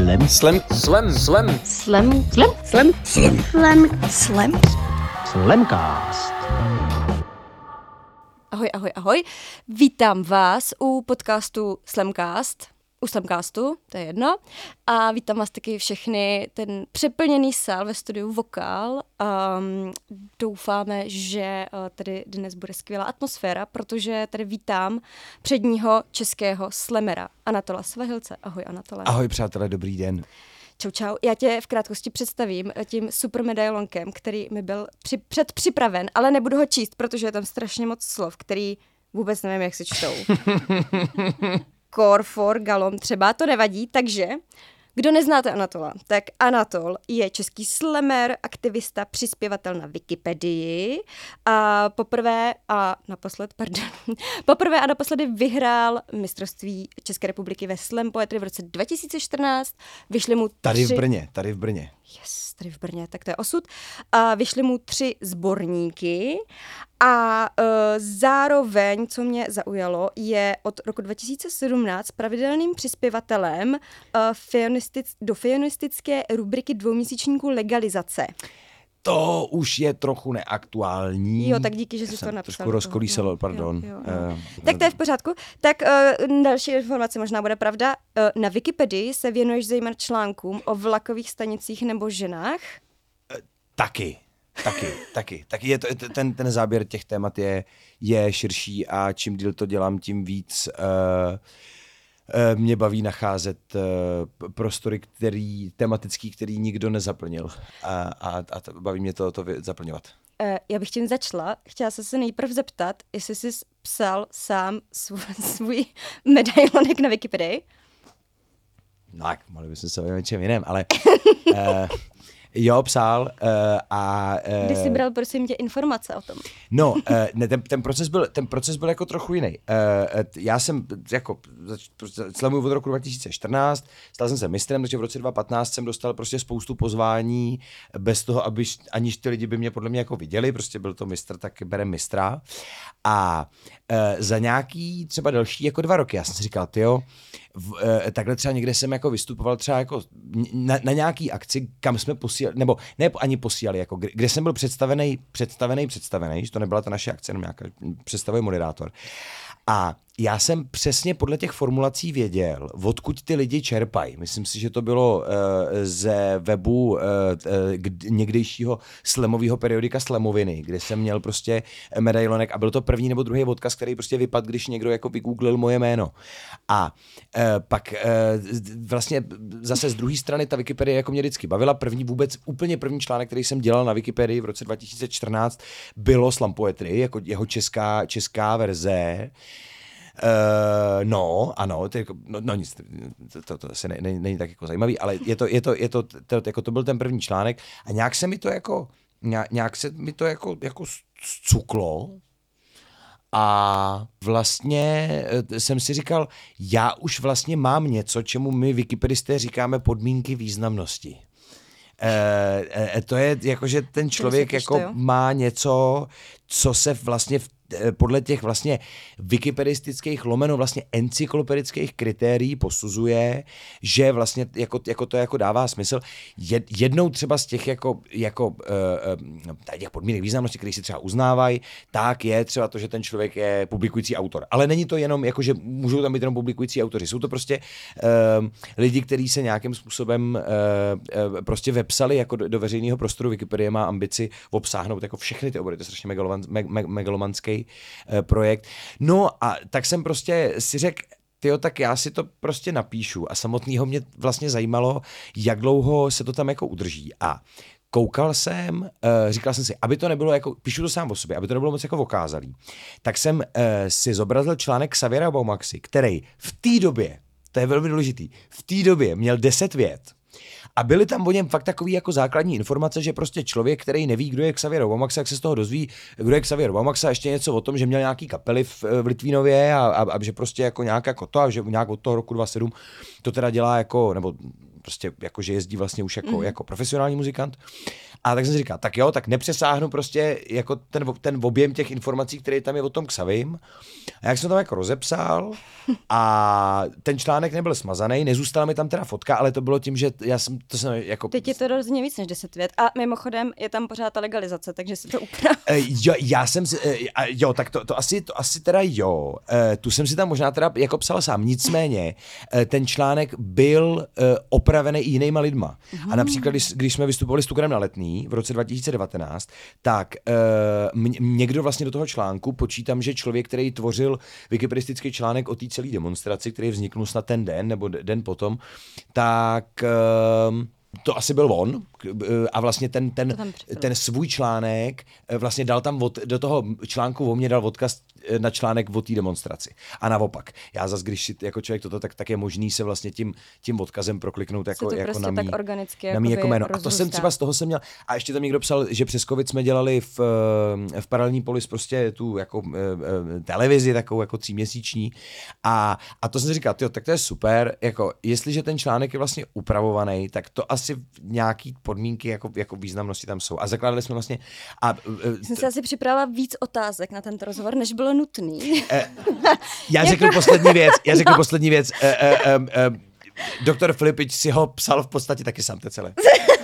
Slem. Slem. Slem. Slem. Slem. Slem. Slem. Slem. Slem. Slem. Slemcast. Ahoj. Vítám vás u podcastu Slemcast. U Slemcastu, to je jedno. A vítám vás taky všechny, ten přeplněný sál ve studiu Vokál. Doufáme, že tady dnes bude skvělá atmosféra, protože tady vítám předního českého slamera Anatola Svahilce. Ahoj, Anatole. Ahoj přátelé, dobrý den. Čau. Já tě v krátkosti představím tím super medailonkem, který mi byl předpřipraven, ale nebudu ho číst, protože je tam strašně moc slov, který vůbec nevím, jak se čtou. Core for Galom třeba, to nevadí, takže kdo neznáte Anatola, tak Anatol je český slamer, aktivista, přispěvatel na Wikipedii a poprvé a naposledy vyhrál mistrovství České republiky ve slam poetry v roce 2014. Vyšly mu Tady v Brně. Yes, tady v Brně, tak to je osud. A vyšly mu 3 sborníky a zároveň, co mě zaujalo, je od roku 2017 pravidelným přispěvatelem do fionistické rubriky dvouměsíčníku Legalizace. To už je trochu neaktuální. Jo, tak díky, že jsi to napsal. Trošku rozkolísalo, pardon. Jo. Tak to je v pořádku. Tak další informace možná bude pravda. Na Wikipedii se věnuješ zejména článkům o vlakových stanicích nebo ženách? Taky. Ten záběr těch témat je širší a čím díl to dělám, tím víc mě baví nacházet prostory, tematický, který nikdo nezaplnil. A baví mě to zaplňovat. Já bych tím začala. Chtěla jsem se nejprv zeptat, jestli jsi psal sám svůj medailonek na Wikipedii. No tak, mohli bychom se o něčem jiném, ale jo, psal a... Kdy jsi bral, prosím tě, informace o tom? No, ne, ten proces byl jako trochu jiný. Já jsem jako slamuju od roku 2014, stal jsem se mistrem, takže v roce 2015 jsem dostal prostě spoustu pozvání bez toho, aniž ty lidi by mě podle mě jako viděli, prostě byl to mistr, tak berem mistra. A za nějaký třeba další jako 2 roky, já jsem si říkal, tyjo, takhle třeba někde jsem jako vystupoval třeba jako na nějaký akci, kam jsme posílali, nebo ne ani posílali, jako kde jsem byl představený, že to nebyla ta naše akce, jenom nějaká představuje moderátor. A já jsem přesně podle těch formulací věděl, odkud ty lidi čerpají. Myslím si, že to bylo ze webu někdejšího slamového periodika Slamoviny, kde jsem měl prostě medailonek a byl to první nebo druhý odkaz, který prostě vypadl, když někdo jako vygooglil moje jméno. A pak vlastně zase z druhé strany ta Wikipedie jako mě vždycky bavila. Úplně první článek, který jsem dělal na Wikipedii v roce 2014, bylo Slam Poetry, jako jeho česká verze. Nic, to asi není tak jako zajímavý, ale to byl ten první článek a nějak se mi to jako zcuklo a vlastně jsem si říkal, já už vlastně mám něco, čemu my wikipedisté říkáme podmínky významnosti. To je jako, že ten člověk jako má něco, co se vlastně podle těch vlastně wikipedistických vlastně encyklopedických kritérií posuzuje, že vlastně jako to jako dává smysl. Jednou třeba z těch těch podmínek významnosti, které si třeba uznávají, tak je třeba to, že ten člověk je publikující autor. Ale není to jenom jako, že můžou tam být jenom publikující autoři. Jsou to prostě lidi, kteří se nějakým způsobem prostě vepsali jako do veřejného prostoru. Wikipedie má ambici obsáhnout jako všechny ty obory. To je strašně megalomanský projekt. No a tak jsem prostě si řekl, tyjo, tak já si to prostě napíšu a samotného mě vlastně zajímalo, jak dlouho se to tam jako udrží. A koukal jsem, říkal jsem si, aby to nebylo jako, píšu to sám o sobě, aby to nebylo moc jako okázalý, tak jsem si zobrazil článek Xaviera Baumaxy, který v té době, to je velmi důležitý, v té době měl 10 vět. A byly tam o něm fakt takový jako základní informace, že prostě člověk, který neví, kdo je Xavier Baumaxa, jak se z toho dozví, kdo je Xavier Baumaxa, ještě něco o tom, že měl nějaký kapely v Litvínově a že prostě jako nějak jako to, a že nějak od toho roku 2007 to teda dělá jako, nebo prostě jako, že jezdí vlastně už jako profesionální muzikant. A tak jsem si říkal, tak jo, tak nepřesáhnu prostě jako ten objem těch informací, který tam je o tom Xavim. A jak jsem to tam jako rozepsal a ten článek nebyl smazaný, nezůstala mi tam teda fotka, ale to bylo tím, že to jsem jako... Teď je to rozhodně víc než 10 vět. A mimochodem je tam pořád ta legalizace, takže si to uprav. Já jsem si, tak to asi teda jo. Tu jsem si tam možná teda jako psal sám. Nicméně ten článek byl opravený i jinýma lidma. A například, když jsme vystupovali s Tukrem na Letný v roce 2019, tak někdo vlastně do toho článku, počítám, že člověk, který tvořil wikipedistický článek o té celé demonstraci, který vzniknul snad ten den, nebo den potom, tak... to asi byl on a vlastně ten svůj článek vlastně dal tam do toho článku o mě dal odkaz na článek o té demonstraci. A naopak. Já zase, když si jako člověk toto, tak je možný se vlastně tím odkazem prokliknout jako prostě na mý, tak organicky na mý jako jméno. A to jsem třeba z toho jsem měl. A ještě tam někdo psal, že přes covid jsme dělali v Paralelní polis prostě tu jako televizi takovou jako 3měsíční. A to jsem si říkal, tak to je super. Jako, jestliže ten článek je vlastně upravovaný, tak to asi nějaký podmínky jako významnosti tam jsou. A zakládali jsme vlastně... Jsem si asi připravila víc otázek na tento rozhovor, než bylo nutný. Já řeknu poslední věc. Doktor Filipič si ho psal v podstatě taky sám to celé.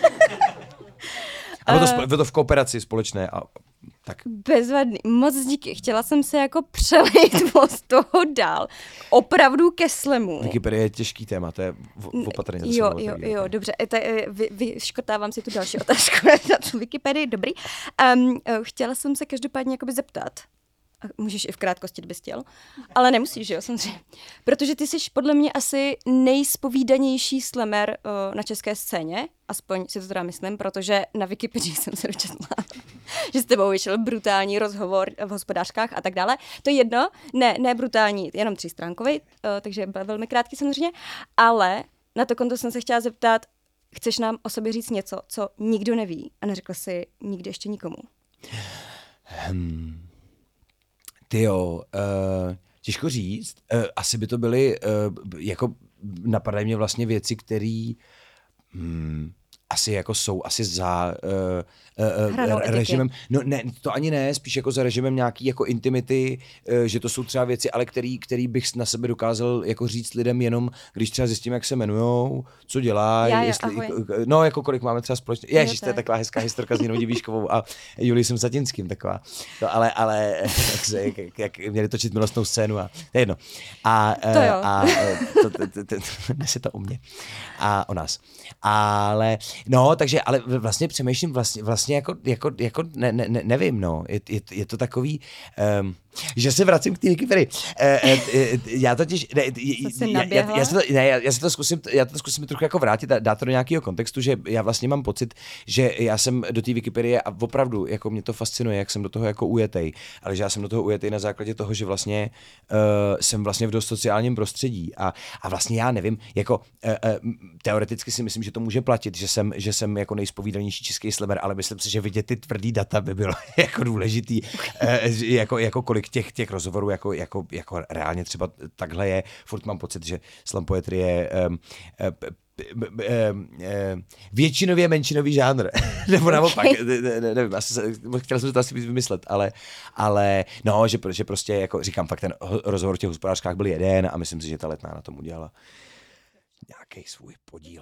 A bylo to v kooperaci společné a tak. Bezvadný. Moc díky. Chtěla jsem se jako přelejt z toho dál. Opravdu ke slemu. Wikipedie je těžký téma, to je opatrně. Jo, dobře. Vyškrtávám si tu další otázku na tu Wikipedii, dobrý. Chtěla jsem se každopádně jakoby zeptat. Můžeš i v krátkosti, kdybys chtěl. Ale nemusíš, že jo, samozřejmě. Protože ty jsi podle mě asi nejspovídanější slemer na české scéně, aspoň si to teda myslím, protože na Wikipedii jsem se dočetla, že s tebou vyšel brutální rozhovor v Hospodářkách a tak dále. To je jedno, ne brutální, jenom 3stránkový, takže byl velmi krátký samozřejmě, ale na to konto jsem se chtěla zeptat, chceš nám o sobě říct něco, co nikdo neví a neřekl si nikdy ještě nikomu? Tyjo, těžko říct. Asi by to byly, jako napadají mě vlastně věci, které asi jako jsou asi za režimem. No ne, to ani ne, spíš jako za režimem nějaký jako intimity, že to jsou třeba věci, ale který bych na sebe dokázal jako říct lidem jenom, když třeba zjistím, jak se jmenujou, co dělají, no jako kolik máme třeba společně. Ježiš, to je taková hezká historka s Ninou Divíškovou a Juliusem Satinským taková. No, ale jak měli točit milostnou scénu a to je jedno. Dnes je to o mně a o nás. Ale no, takže, ale vlastně přemýšlím vlastně jako nevím, no. Je to takový, že se vracím k té Wikipedii. Já totiž, já to zkusím trochu jako vrátit a dát to do nějakého kontextu, že já vlastně mám pocit, že já jsem do té Wikipedie a opravdu, jako mě to fascinuje, jak jsem do toho jako ujetej, ale že já jsem do toho ujetej na základě toho, že vlastně jsem vlastně v dost sociálním prostředí a vlastně já nevím, jako teoreticky si myslím, že to může platit, že jsem jako nejzpovídanější český slemer, ale myslím si, že vidět ty tvrdý data by bylo jako důležitý, jako kolik těch rozhovorů jako reálně třeba takhle je. Furt mám pocit, že slam poetry je většinově menšinový žánr. Nebo naopak, nevím, chtěl jsem to asi vymyslet, ale no, že prostě, jako říkám, fakt ten rozhovor v těch Hospodářkách byl jeden a myslím si, že ta Letná na tom udělala nějaký svůj podíl.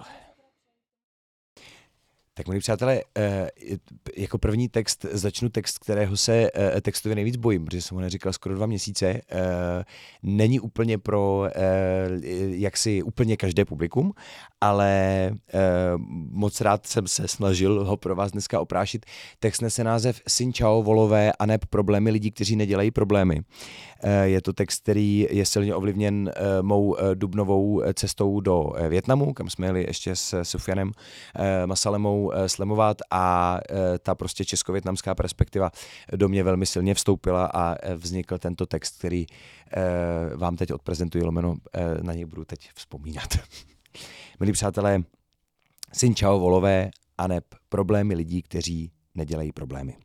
Tak, milí přátelé, jako první text začnu text, kterého se textově nejvíc bojím, protože jsem ho neříkal skoro 2 měsíce. Není úplně pro jaksi úplně každé publikum, ale moc rád jsem se snažil ho pro vás dneska oprášit. Text nese název Sin Chao Volové a neb problémy lidí, kteří nedělají problémy. Je to text, který je silně ovlivněn mou dubnovou cestou do Vietnamu, kam jsme jeli ještě s Sufianem Masalemou slamovat a ta prostě česko-větnamská perspektiva do mě velmi silně vstoupila a vznikl tento text, který vám teď odprezentuji, lomeno na něj budu teď vzpomínat. Milí přátelé, Sin Chao Volové a neb problémy lidí, kteří nedělají problémy.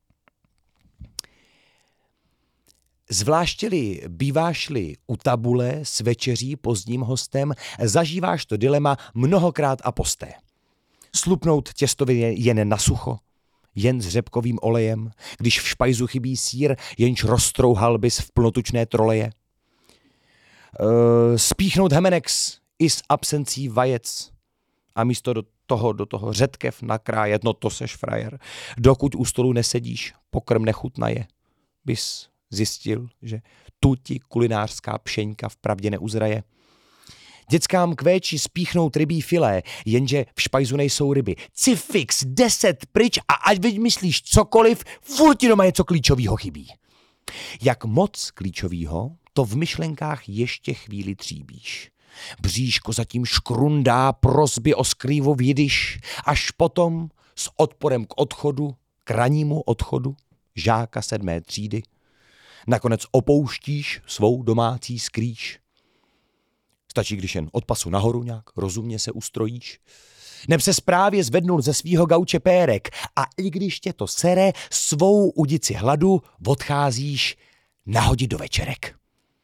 Zvláště-li býváš-li u tabule s večeří pozdním hostem, zažíváš to dilema mnohokrát a posté. slupnout těstově jen na sucho, jen s řepkovým olejem, když v špajzu chybí sýr, jenž roztrouhal bys v plnotučné troleje. Spíchnout hemenex i s absencí vajec a místo do toho řetkev nakrájet, no to seš frajer. Dokud u stolu nesedíš, pokrm nechutnaje, bys zjistil, že tu ti kulinářská pšeňka vpravdě neuzraje. Dětskám kvéči spíchnout rybí filé, jenže v špajzu nejsou ryby. Cifix, 10 pryč a ať vymyslíš cokoliv, furt ti doma něco klíčovýho chybí. Jak moc klíčovýho, to v myšlenkách ještě chvíli tříbíš. Bříško zatím škrundá prosby o skrývu v jidiš, až potom s odporem k odchodu, k rannímu odchodu žáka 7. třídy, nakonec opouštíš svou domácí skrýš. Stačí, když jen od pasu nahoru nějak rozumně se ustrojíš. Neb se právě zvednul ze svýho gauče pérek a i když tě to sere, svou udici hladu odcházíš nahodit do večerek.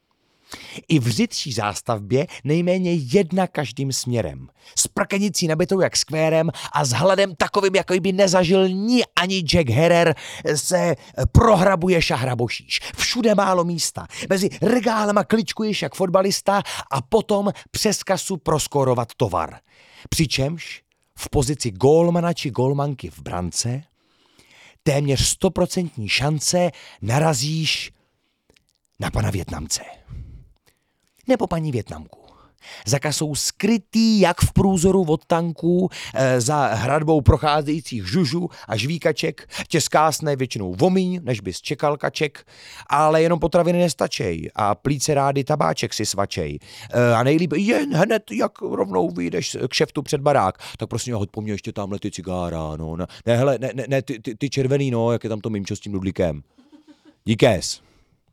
I v řidší zástavbě nejméně jedna každým směrem. S prkenicí nabitou jak skvérem a s hladem takovým, jaký by nezažil ani Jack Herrer, se prohrabuješ a hrabošíš. Všude málo místa. Mezi regálama kličkuješ jak fotbalista a potom přes kasu proskórovat tovar. Přičemž v pozici gólmana či gólmanky v brance téměř 100% šance narazíš na pana Vietnamce. Nebo paní Vietnamku. Za kasou skrytý jak v průzoru od tanků, za hradbou procházejících žužů a žvíkaček, tě skásne většinou vomiň, než bys čekal kaček, ale jenom potraviny nestačej a plíce rády tabáček si svačej. A nejlíp jen hned, jak rovnou vyjdeš k šeftu před barák, tak prosím, hoď po mně ještě tamhle ty cigára, no. Ne, hele, ne, ty červený, no, jak je tam to mimčo s tím nudlíkem. Díkés.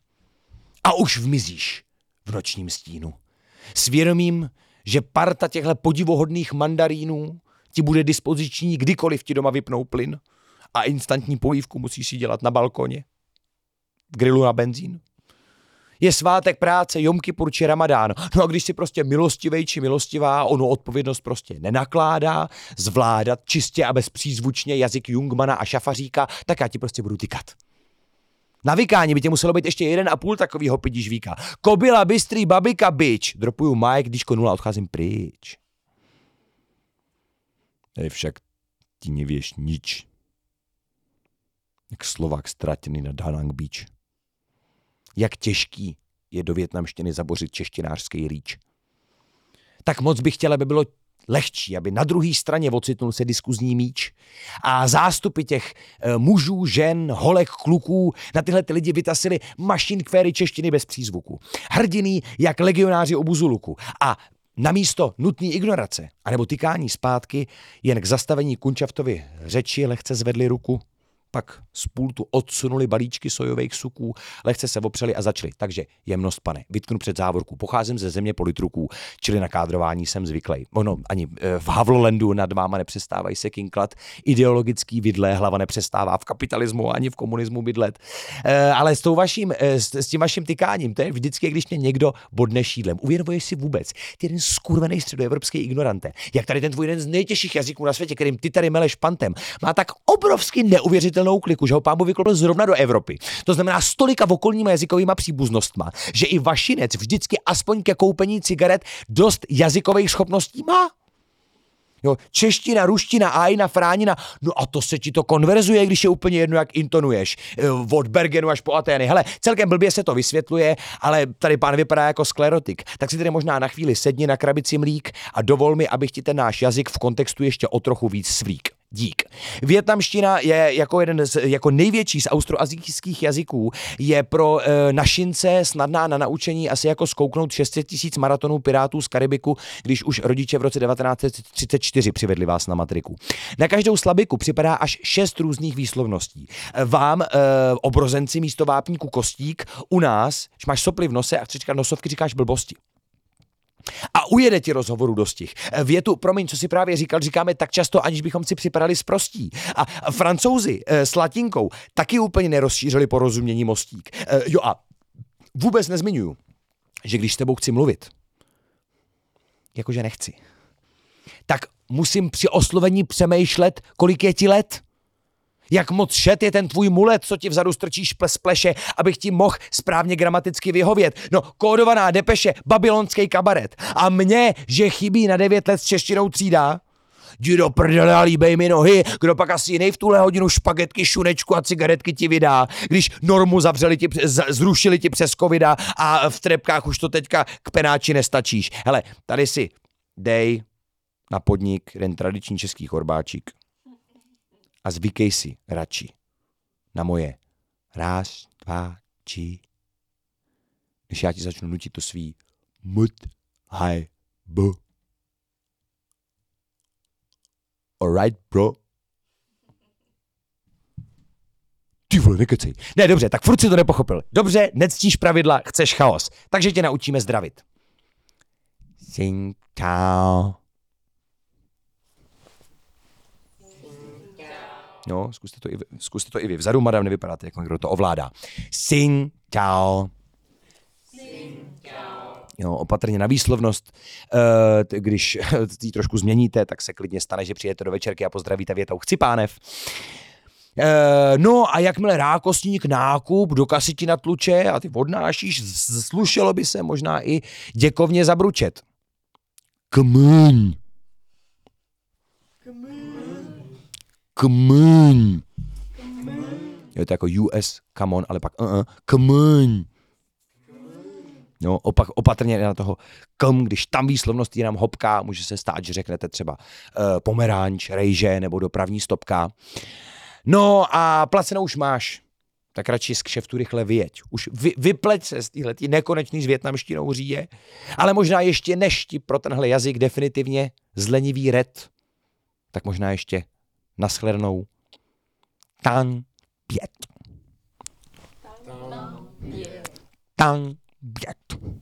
A už vmizíš v nočním stínu. Svědomím, že parta těchto podivuhodných mandarínů ti bude dispoziční, kdykoliv ti doma vypnou plyn a instantní polívku musíš si dělat na balkoně. V grilu na benzín. Je svátek práce, Jom Kipur či Ramadán. No a když si prostě milostivej či milostivá, ono odpovědnost prostě nenakládá, zvládat čistě a bezpřízvučně jazyk Jungmana a Šafaříka, tak já ti prostě budu tykat. Na vykání by tě muselo být ještě 1,5 takovýho pidížvíka. Kobila, bystrý, babika, bič. Dropuju Mike, díško 0 a odcházím pryč. Tady však ti nevěš nič. Jak Slovák ztratěný na Da Nang Beach. Jak těžký je do vietnamštiny zabořit češtinářský rýč. Tak moc bych chtěl, aby bylo lehčí, aby na druhé straně ocitnul se diskuzní míč a zástupy těch mužů, žen, holek, kluků na tyhle ty lidi vytasili mašinkvéry češtiny bez přízvuku. Hrdiny jak legionáři obuzu luku a namísto nutné ignorace anebo tykání zpátky jen k zastavení Kunčaftovy řeči lehce zvedli ruku. Pak z pultu odsunuli balíčky sojových suků, lehce se opřeli a začali. Takže jemnost, pane, vytknu před závorku. Pocházím ze země politruků, čili na kádrování jsem zvyklý. Ono ani v Havlolandu nad váma nepřestávají se kinklat. Ideologický vidle, hlava nepřestává v kapitalismu ani v komunismu bydlet. Ale s tím vaším tykáním, to je vždycky, když mě někdo bodne šídlem. Uvědomuješ si vůbec, ty jeden skurvený středoevropský ignorante, jak tady ten tvůj jeden z nejtěžších jazyků na světě, kterým ty tady meleš pantem, má tak obrovsky neuvěřitelný kliku, že ho pán Bůh vyklopil zrovna do Evropy. To znamená s tolika okolníma jazykovýma příbuznostma, že i vašinec vždycky aspoň ke koupení cigaret dost jazykových schopností má. Jo, čeština, ruština, ájna, fránina, no a to se ti to konverzuje, když je úplně jedno, jak intonuješ. Od Bergenu až po Atény. Hele, celkem blbě se to vysvětluje, ale tady pán vypadá jako sklerotik. Tak si tedy možná na chvíli sedni na krabici mlík a dovol mi, abych ti ten náš jazyk v kontextu ještě o trochu víc svlík. Dík. Vietnamština je jako největší z austroazijských jazyků, je pro našince snadná na naučení asi jako zkouknout 600 000 maratonů pirátů z Karibiku, když už rodiče v roce 1934 přivedli vás na matriku. Na každou slabiku připadá až 6 různých výslovností. Vám, obrozenci místo vápníku kostík, u nás, když máš soply v nose a chceš říkat nosovky, říkáš blbosti. A ujede ti rozhovoru dostih. Větu, promiň, co si právě říkal, říkáme tak často, aniž bychom si připadali sprostí. A Francouzi s latinkou taky úplně nerozšířili porozumění mostík. Jo a vůbec nezmiňuju, že když s tebou chci mluvit, jakože nechci, tak musím při oslovení přemýšlet, kolik je ti let? Jak moc šet je ten tvůj mulet, co ti vzadu strčíš z pleše, abych ti mohl správně gramaticky vyhovět. No, kódovaná depeše, babylonský kabaret. A mně, že chybí na 9 let s češtinou třída? Jdi do prdele a líbej mi nohy, kdo pak asi jiný v tuhle hodinu špagetky, šunečku a cigaretky ti vydá, když normu zrušili ti přes covida a v trepkách už to teďka k penáči nestačíš. Hele, tady si dej na podnik jeden tradiční český chorbáčik a zvykej si radši na moje 1, 2, 3, když já ti začnu nutit to svý mut, haj, b. Alright, bro. Ty vole, nekecej. Ne, dobře, tak furt si to nepochopil. Dobře, nectíš pravidla, chceš chaos. Takže tě naučíme zdravit. Sing čau. No, zkuste to i vy. Vzadu, madam, nevypadáte, jako kdo to ovládá. Sing čau. Jo, opatrně na výslovnost, když ji trošku změníte, tak se klidně stane, že přijete do večerky a pozdravíte větou chci pánev. No a jakmile rákosník nákup do kasy ti natluče a ty odnášíš, slušelo by se možná i děkovně zabručet. Kmň. Kmň. Je to jako US, come on, ale pak kmň. No, opatrně na toho když tam výslovnost je nám hopká, může se stát, že řeknete třeba pomeranč, rejže nebo dopravní stopka. No a placenou už máš, tak radši z kšeftu rychle vyjeď. Už vypleť se z téhletý nekonečný s vietnamštinou říje, ale možná ještě než ti pro tenhle jazyk definitivně zlenivý red, tak možná ještě nashledanou. Tang pět. Tang pět.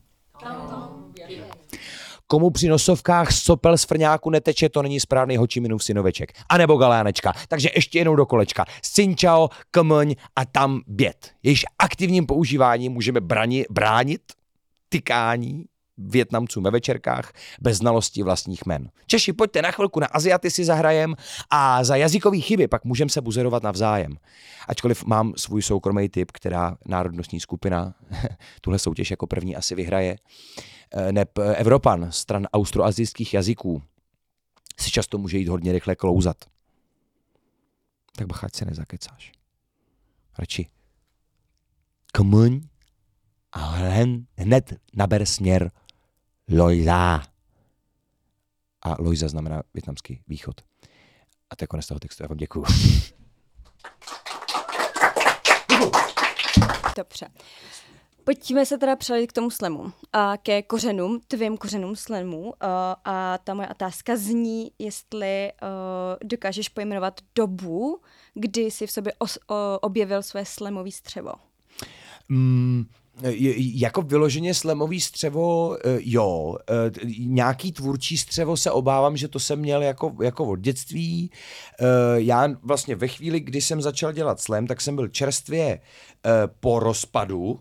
Komu při nosovkách sopel z frňáku neteče, to není správný Ho Chi Minhův synoveček. A nebo galánečka. Takže ještě jednou do kolečka. Sinčao, kmň a tam bět. Jejíž aktivním používáním můžeme bránit tykání Vietnamcům ve večerkách bez znalosti vlastních jmen. Češi, pojďte na chvilku na Aziaty si zahrajem a za jazykový chyby pak můžeme se buzerovat navzájem. Ačkoliv mám svůj soukromý tip, která národnostní skupina tuhle soutěž jako první asi vyhraje. Evropan stran austroazijských jazyků si často může jít hodně rychle klouzat. Tak bacha, ať se nezakecáš. Radši kmň a hned naber směr Lojza. A Lojza znamená vietnamský východ. A to je konec toho textu. Já vám děkuju. Dobře. Pojďme se teda přelít k tomu slemu a ke kořenům, tvým kořenům slemu. A ta moje otázka zní, jestli dokážeš pojmenovat dobu, kdy jsi v sobě objevil své slemové střevo. Jako vyloženě slemový střevo, jo. Nějaký tvůrčí střevo se obávám, že to jsem měl jako od dětství. Já vlastně ve chvíli, kdy jsem začal dělat slam, tak jsem byl čerstvě po rozpadu,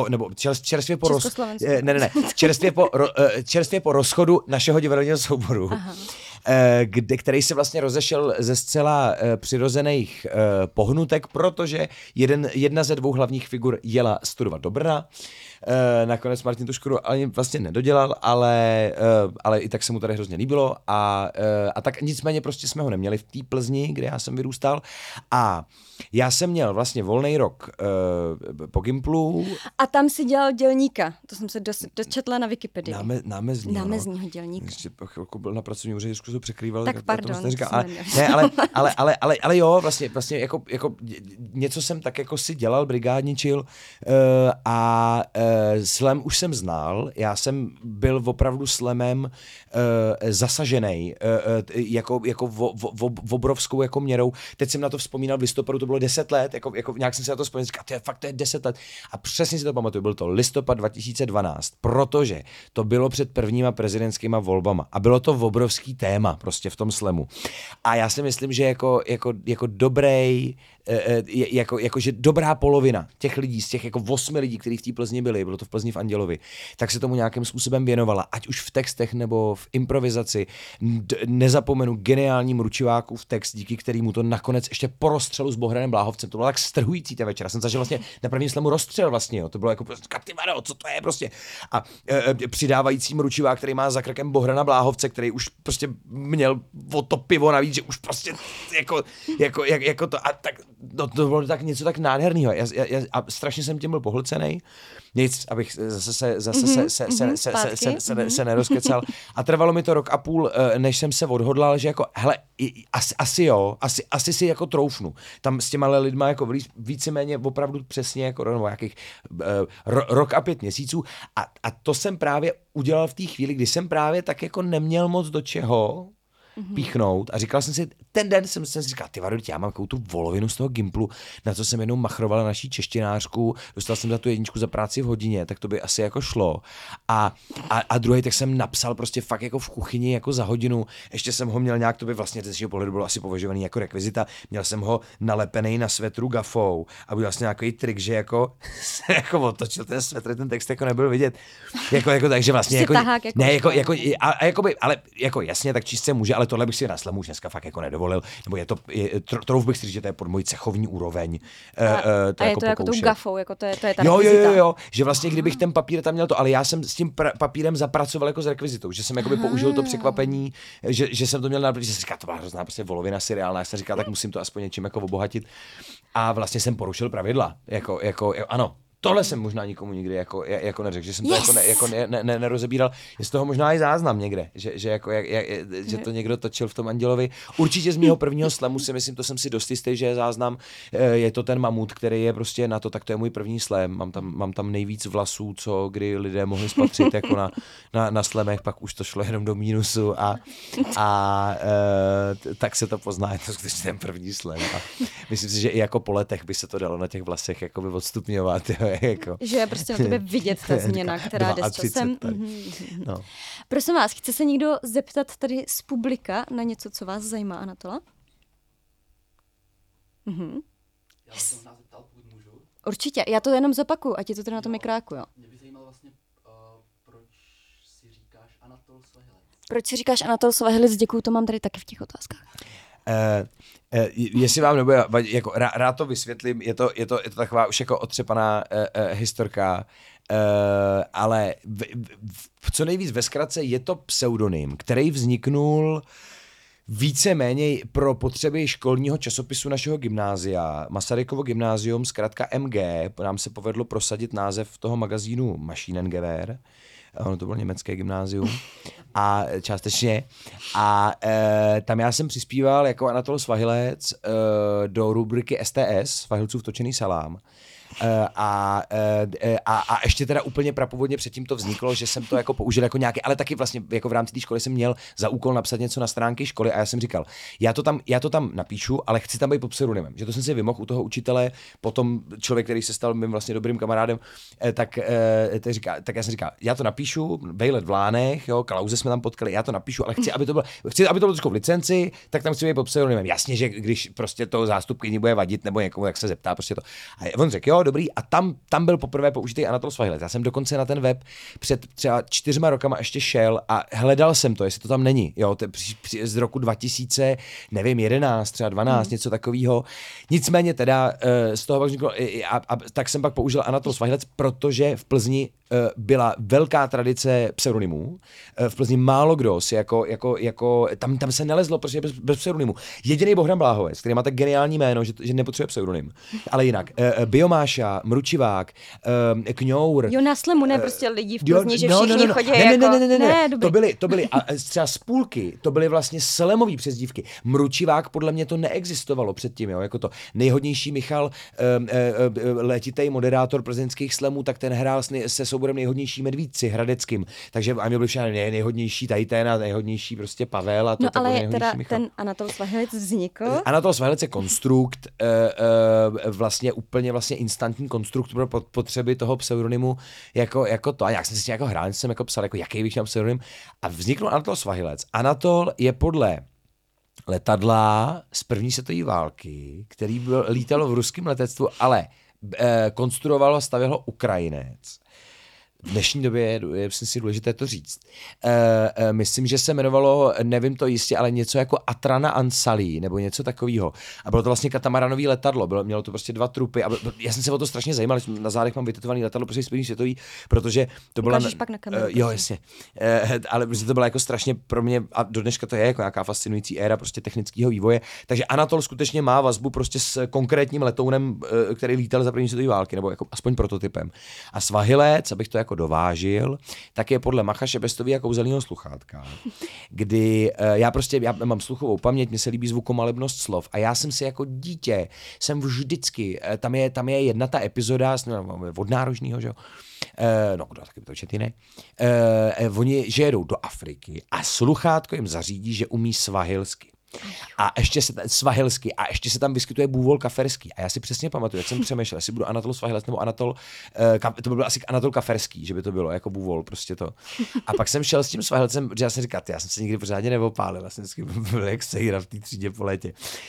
čerstvě po rozchodu našeho divadelního souboru, který se vlastně rozešel ze zcela přirozených pohnutek, protože jedna ze 2 hlavních figur jela studovat do Brna. Nakonec Martin tu škodu ani vlastně nedodělal, ale i tak se mu tady hrozně líbilo a tak nicméně prostě jsme ho neměli v té Plzni, kde já jsem vyrůstal a já jsem měl vlastně volný rok po Gimplu. A tam si dělal dělníka, to jsem se dočetla na Wikipedii. Námezního dělníka. Ještě po chvilku byl na pracovní úřadě, to překrýval. Tak pardon. Ale jo, vlastně jako něco jsem tak jako si dělal, brigádničil a slam už jsem znal, já jsem byl opravdu slamem zasaženej, jako obrovskou jako měrou. Teď jsem na to vzpomínal v listopadu, to bylo 10 let, jako nějak jsem si na to vzpomněl, říkal, to je 10 let. A přesně si to pamatuju, byl to listopad 2012, protože to bylo před prvníma prezidentskýma volbama a bylo to obrovský téma. téma prostě v tom slemu. A já si myslím, že jako dobrý, že dobrá polovina těch lidí, z těch jako 8 lidí, kteří v té Plzni byli, bylo to v Plzni v Andělovi, tak se tomu nějakým způsobem věnovala, ať už v textech nebo v improvizaci. Nezapomenu geniální Mručivákův text, díky kterému to nakonec ještě po rozstřelu s Bohdanem Bláhovcem, to bylo tak strhující ten večer. Já jsem zažil vlastně na prvním slemu rozstřel vlastně, jo. To bylo jako prostě, ty vado, co to je prostě. A přidávající Mručivák, který má za krkem Bohdana Bláhovce, který už prostě měl o to pivo navíc, že už prostě jako to a tak to bylo tak něco tak nádherného. A strašně jsem tím byl pohlcenej. Nic, abych se nerozkecal. A trvalo mi to 1,5 roku, než jsem se odhodlal, že jako, hele, asi si jako troufnu. Tam s těma lidma jako víceméně opravdu přesně jako nebo nějakých rok a 5 měsíců. A to jsem právě udělal v té chvíli, kdy jsem právě tak jako neměl moc do čeho píchnout a říkal jsem si, ten den jsem si říkal, ty vado, já mám takovou tu volovinu z toho Gimplu, na co jsem jednou machroval naší češtinářku, dostal jsem za tu 1 za práci v hodině, tak to by asi jako šlo. A druhý tak jsem napsal prostě fakt jako v kuchyni jako za hodinu, ještě jsem ho měl nějak, to by vlastně ze svého pohledu bylo asi považovaný jako rekvizita, měl jsem ho nalepený na svetru gafou a udělal jsem nějaký trik, že jako otočil ten svetr, ten text jako nebyl vidět. Jako takže vlastně jako, ne, ale jako jasně, tak číst se může, ale tohle bych si na slemu už dneska fakt jako nedovolil, nebo trouf bych si říct, že to je pod mojí cechovní úroveň. A je to jako tou gafou, jako to je ta rekvizita. Jo, že vlastně kdybych ten papír tam měl to, ale já jsem s tím papírem zapracoval jako s rekvizitou, že jsem jakoby použil to překvapení, že jsem to měl že jsem říkal, to byla hrozná prostě volovina seriálná, já jsem říkal, tak musím to aspoň něčím jako obohatit. A vlastně jsem porušil pravidla, ano. Tohle jsem možná nikomu nikdy jako neřekl, že jsem to jako nerozebíral. Je z toho možná i záznam někde, že to někdo točil v tom Andělovi. Určitě z mýho prvního slemu si myslím, to jsem si dost jistý, že je záznam. Je to ten mamut, který je prostě na to, tak to je můj první slem. Mám tam nejvíc vlasů, co kdy lidé mohli spatřit jako na slemech, pak už to šlo jenom do mínusu a tak se to pozná, je to skutečně ten první slem. A myslím si, že i jako po letech by se to dalo na těch vlasech jakoby odstupňovat. Jako. Že je prostě na tebe vidět ta změna, která jde s časem. No. Prosím vás, chce se někdo zeptat tady z publika na něco, co vás zajímá, Anatola? Já jsem se zeptal, pokud můžu. Určitě, já to jenom zopakuju, ať je to teda na tom mikráku, jo. Mě by zajímalo vlastně, proč si říkáš Anatol Svahilec. Proč si říkáš Anatol Svahilec? Děkuju, to mám tady taky v těch otázkách. Jestli vám nebude, jako rád to vysvětlím, je to taková už jako otřepaná historka, ale co nejvíc ve zkratce je to pseudonym, který vzniknul víceméně pro potřeby školního časopisu našeho gymnázia, Masarykovo gymnázium, zkrátka MG, nám se povedlo prosadit název toho magazínu Maschinengewehr. Ono to bylo německé gymnázium a částečně. A tam já jsem přispíval jako Anatol Svahilec do rubriky STS, Svahilcův točený salám. A ještě teda úplně prapůvodně předtím to vzniklo, že jsem to jako použil jako nějaké, ale taky vlastně jako v rámci té školy jsem měl za úkol napsat něco na stránky školy a já jsem říkal, já to tam napíšu, ale chci tam být pod pseudonymem. Že to jsem si vymohl u toho učitele, potom člověk, který se stal mým vlastně dobrým kamarádem, tak já jsem říkal, já to napíšu, Bejlet v Lánech, jo, Klauze jsme tam potkali, já to napíšu, ale chci, aby to bylo trošku v licenci, tak tam chci být pod pseudonymem. Jasně, že když prostě to zástupkyni bude vadit nebo někomu, jak se zeptá, prostě to. A on řekl, jo, dobrý, a tam byl poprvé použitý Anatol Svahilec. Já jsem dokonce na ten web před třeba 4 rokama ještě šel a hledal jsem to, jestli to tam není. Jo, z roku 2000, nevím, 11, třeba 12, něco takového. Nicméně teda z toho pak vzniklo, tak jsem pak použil Anatol Svahilec, protože v Plzni byla velká tradice pseudonymů. V Plzni málo kdo si tam se nelezlo, protože bez pseudonymu. Jediný Bohdan Bláhovec, který má tak geniální jméno, že nepotřebuje pseudonym. Ale jinak, Biomáša, Mručivák, Kňour. Jo, na slemu, ne prostě lidi v Plzni, že všichni chodí jako... Ne, to byly, a třeba z půlky, to byly vlastně slemový přezdívky. Mručivák podle mě to neexistovalo předtím, jo, jako to nejhodnější Michal, letitej moderátor plzeňských slemů, tak ten hrál se souborem nejhodnější Medvídci, Hradeckým, takže a měl byl všechny nejhodnější tady ten a nejhodnější prostě Pavel a to no, ale teda Michal. ten Anatol Svahilec vznikl. Anatol Svahilec je konstrukt, vlastně úplně vlastně konstantní konstrukt pro potřeby toho pseudonymu jako to. A jak jsem si jako hrál, jsem jako psal, jako jaký bych měl pseudonym. A vznikl Anatol Svahilec. Anatol je podle letadla z první světové války, který lítalo v ruském letectvu, ale konstruovalo a stavěl ho Ukrajinec. V dnešní době je si důležité to říct. Myslím, že se jmenovalo, nevím to jistě, ale něco jako Atrana Ansalí, nebo něco takového. A bylo to vlastně katamaranový letadlo, mělo to prostě 2 trupy. A já jsem se o to strašně zajímal, na zádech mám vytetovaný letadlo, prostě první světový, protože to byla... Ukážeš pak na kameru. Jo, jasně. Ale prostě to bylo jako strašně pro mě, a do dneška to je jako nějaká fascinující éra prostě technického vývoje. Takže Anatol skutečně má vazbu prostě s konkrétním letounem, který lítal za první světové války, nebo jako aspoň prototypem. A Svahilec, abych to jako dovážil, tak je podle Macha Šebestový a kouzelného sluchátka, kdy já mám sluchovou paměť, mně se líbí zvukomalebnost slov a já jsem si jako dítě, jsem vždycky, tam je jedna ta epizoda od nárožního, že jo, no kdo taky to četí, ne? Oni, že jedou do Afriky a sluchátko jim zařídí, že umí svahilsky. A ještě se tam vyskytuje bůvol kaferský. A já si přesně pamatuju, jak jsem přemýšlel, jestli budu Anatol Svahilec nebo Anatol, to by byl asi Anatol Kaferský, že by to bylo jako bůvol, prostě to. A pak jsem šel s tím Svahilcem, protože já jsem říkal, já jsem se nikdy pořádně neopálil, já jsem vždycky byl jak sejra v té třídě po létě.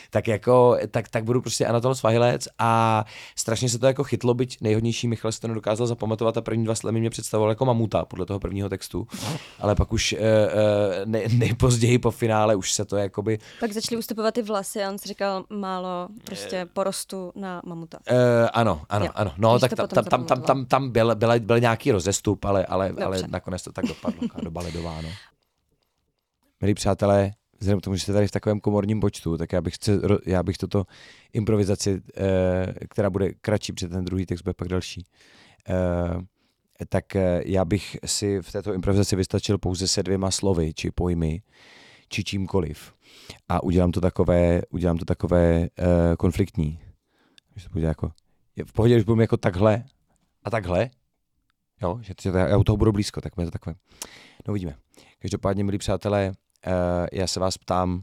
Tak budu prostě Anatol Svahilec a strašně se to jako chytlo, byť nejhodnější Michal si to nedokázal zapamatovat a první 2 slemy mě představoval jako mamuta podle toho prvního textu, ale pak už nejpozději po finále už se to jakoby Pak začaly ustupovat ty vlasy a on si říkal málo prostě porostu na mamuta. Ano. No, tak tam byl nějaký rozestup, ale nakonec to tak dopadlo, doba ledová, no. Milí přátelé, vzhledem k tomu, že jste tady v takovém komorním počtu, tak já bych toto improvizaci, která bude kratší, protože ten druhý text bude pak další, tak já bych si v této improvizaci vystačil pouze se 2 slovy, či pojmy, či čímkoliv. A udělám to takové konfliktní. Jako, v pohodě, když budu jako takhle a takhle, jo, že já u toho budu blízko, tak mě to takové. No uvidíme. Každopádně, milí přátelé, já se vás ptám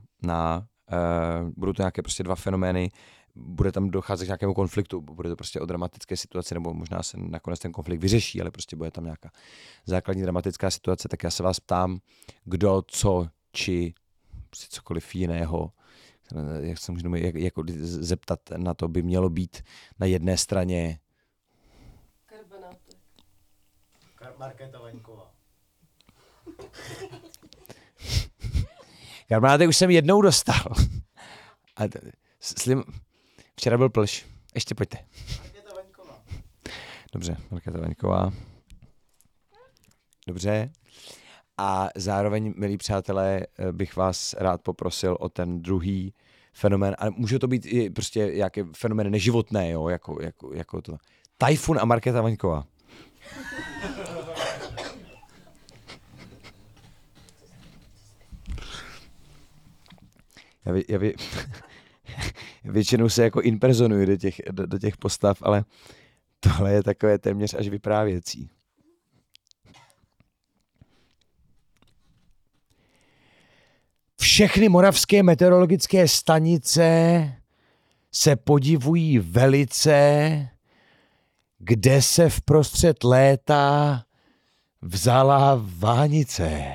budou to nějaké prostě 2 fenomény, bude tam docházet k nějakému konfliktu, bude to prostě o dramatické situaci, nebo možná se nakonec ten konflikt vyřeší, ale prostě bude tam nějaká základní dramatická situace, tak já se vás ptám, kdo, co, či cokoliv jiného, jak se můžeme jako zeptat na to, by mělo být na jedné straně Karbenátek. Markéta Vaňková. Karbenátek už jsem jednou dostal. A včera byl plž. Ještě pojďte. Markéta Vaňková. Dobře, Markéta Vaňková. Dobře. A zároveň, milí přátelé, bych vás rád poprosil o ten druhý fenomén, ale může to být i prostě nějaké fenomén neživotné, jo, jako to. Tajfun a Markéta Vaňková. Já většinou se jako impersonuji do těch postav, ale tohle je takové téměř až vyprávěcí. Všechny moravské meteorologické stanice se podivují velice, kde se vprostřed léta vzala vánice.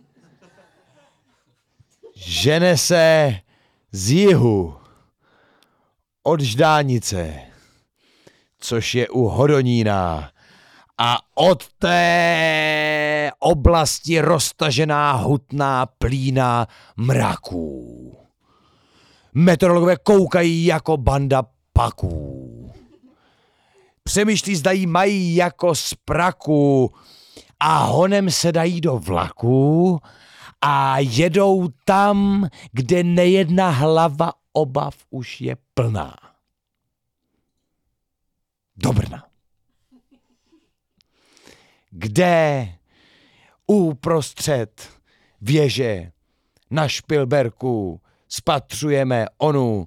Žene se z jihu od Ždánice, což je u Hodonína, a od té oblasti roztažená hutná plína mraků. Meteorologové koukají jako banda paků. Přemýšlí, zdají mají jako z praku a honem se dají do vlaku a jedou tam, kde nejedna hlava obav už je plná. Do Brna. Kde uprostřed věže na Špilberku spatřujeme onu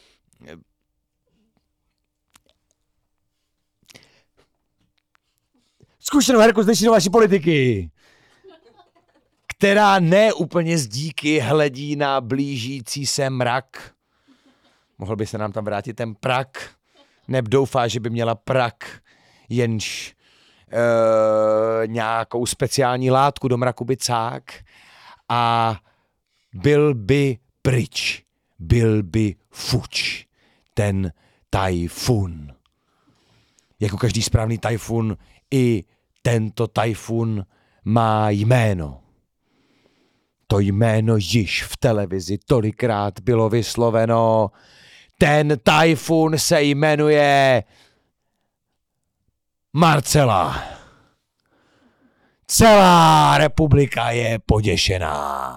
zkušenou herku z dnešní vaší politiky, která ne úplně z díky hledí na blížící se mrak. Mohl by se nám tam vrátit ten prak neb doufá, že by měla prak, jenž nějakou speciální látku do mraku by cák a byl by pryč, byl by fuč, ten tajfun. Jako každý správný tajfun, i tento tajfun má jméno. To jméno již v televizi tolikrát bylo vysloveno. Ten tajfun se jmenuje Marcela. Celá republika je poděšená.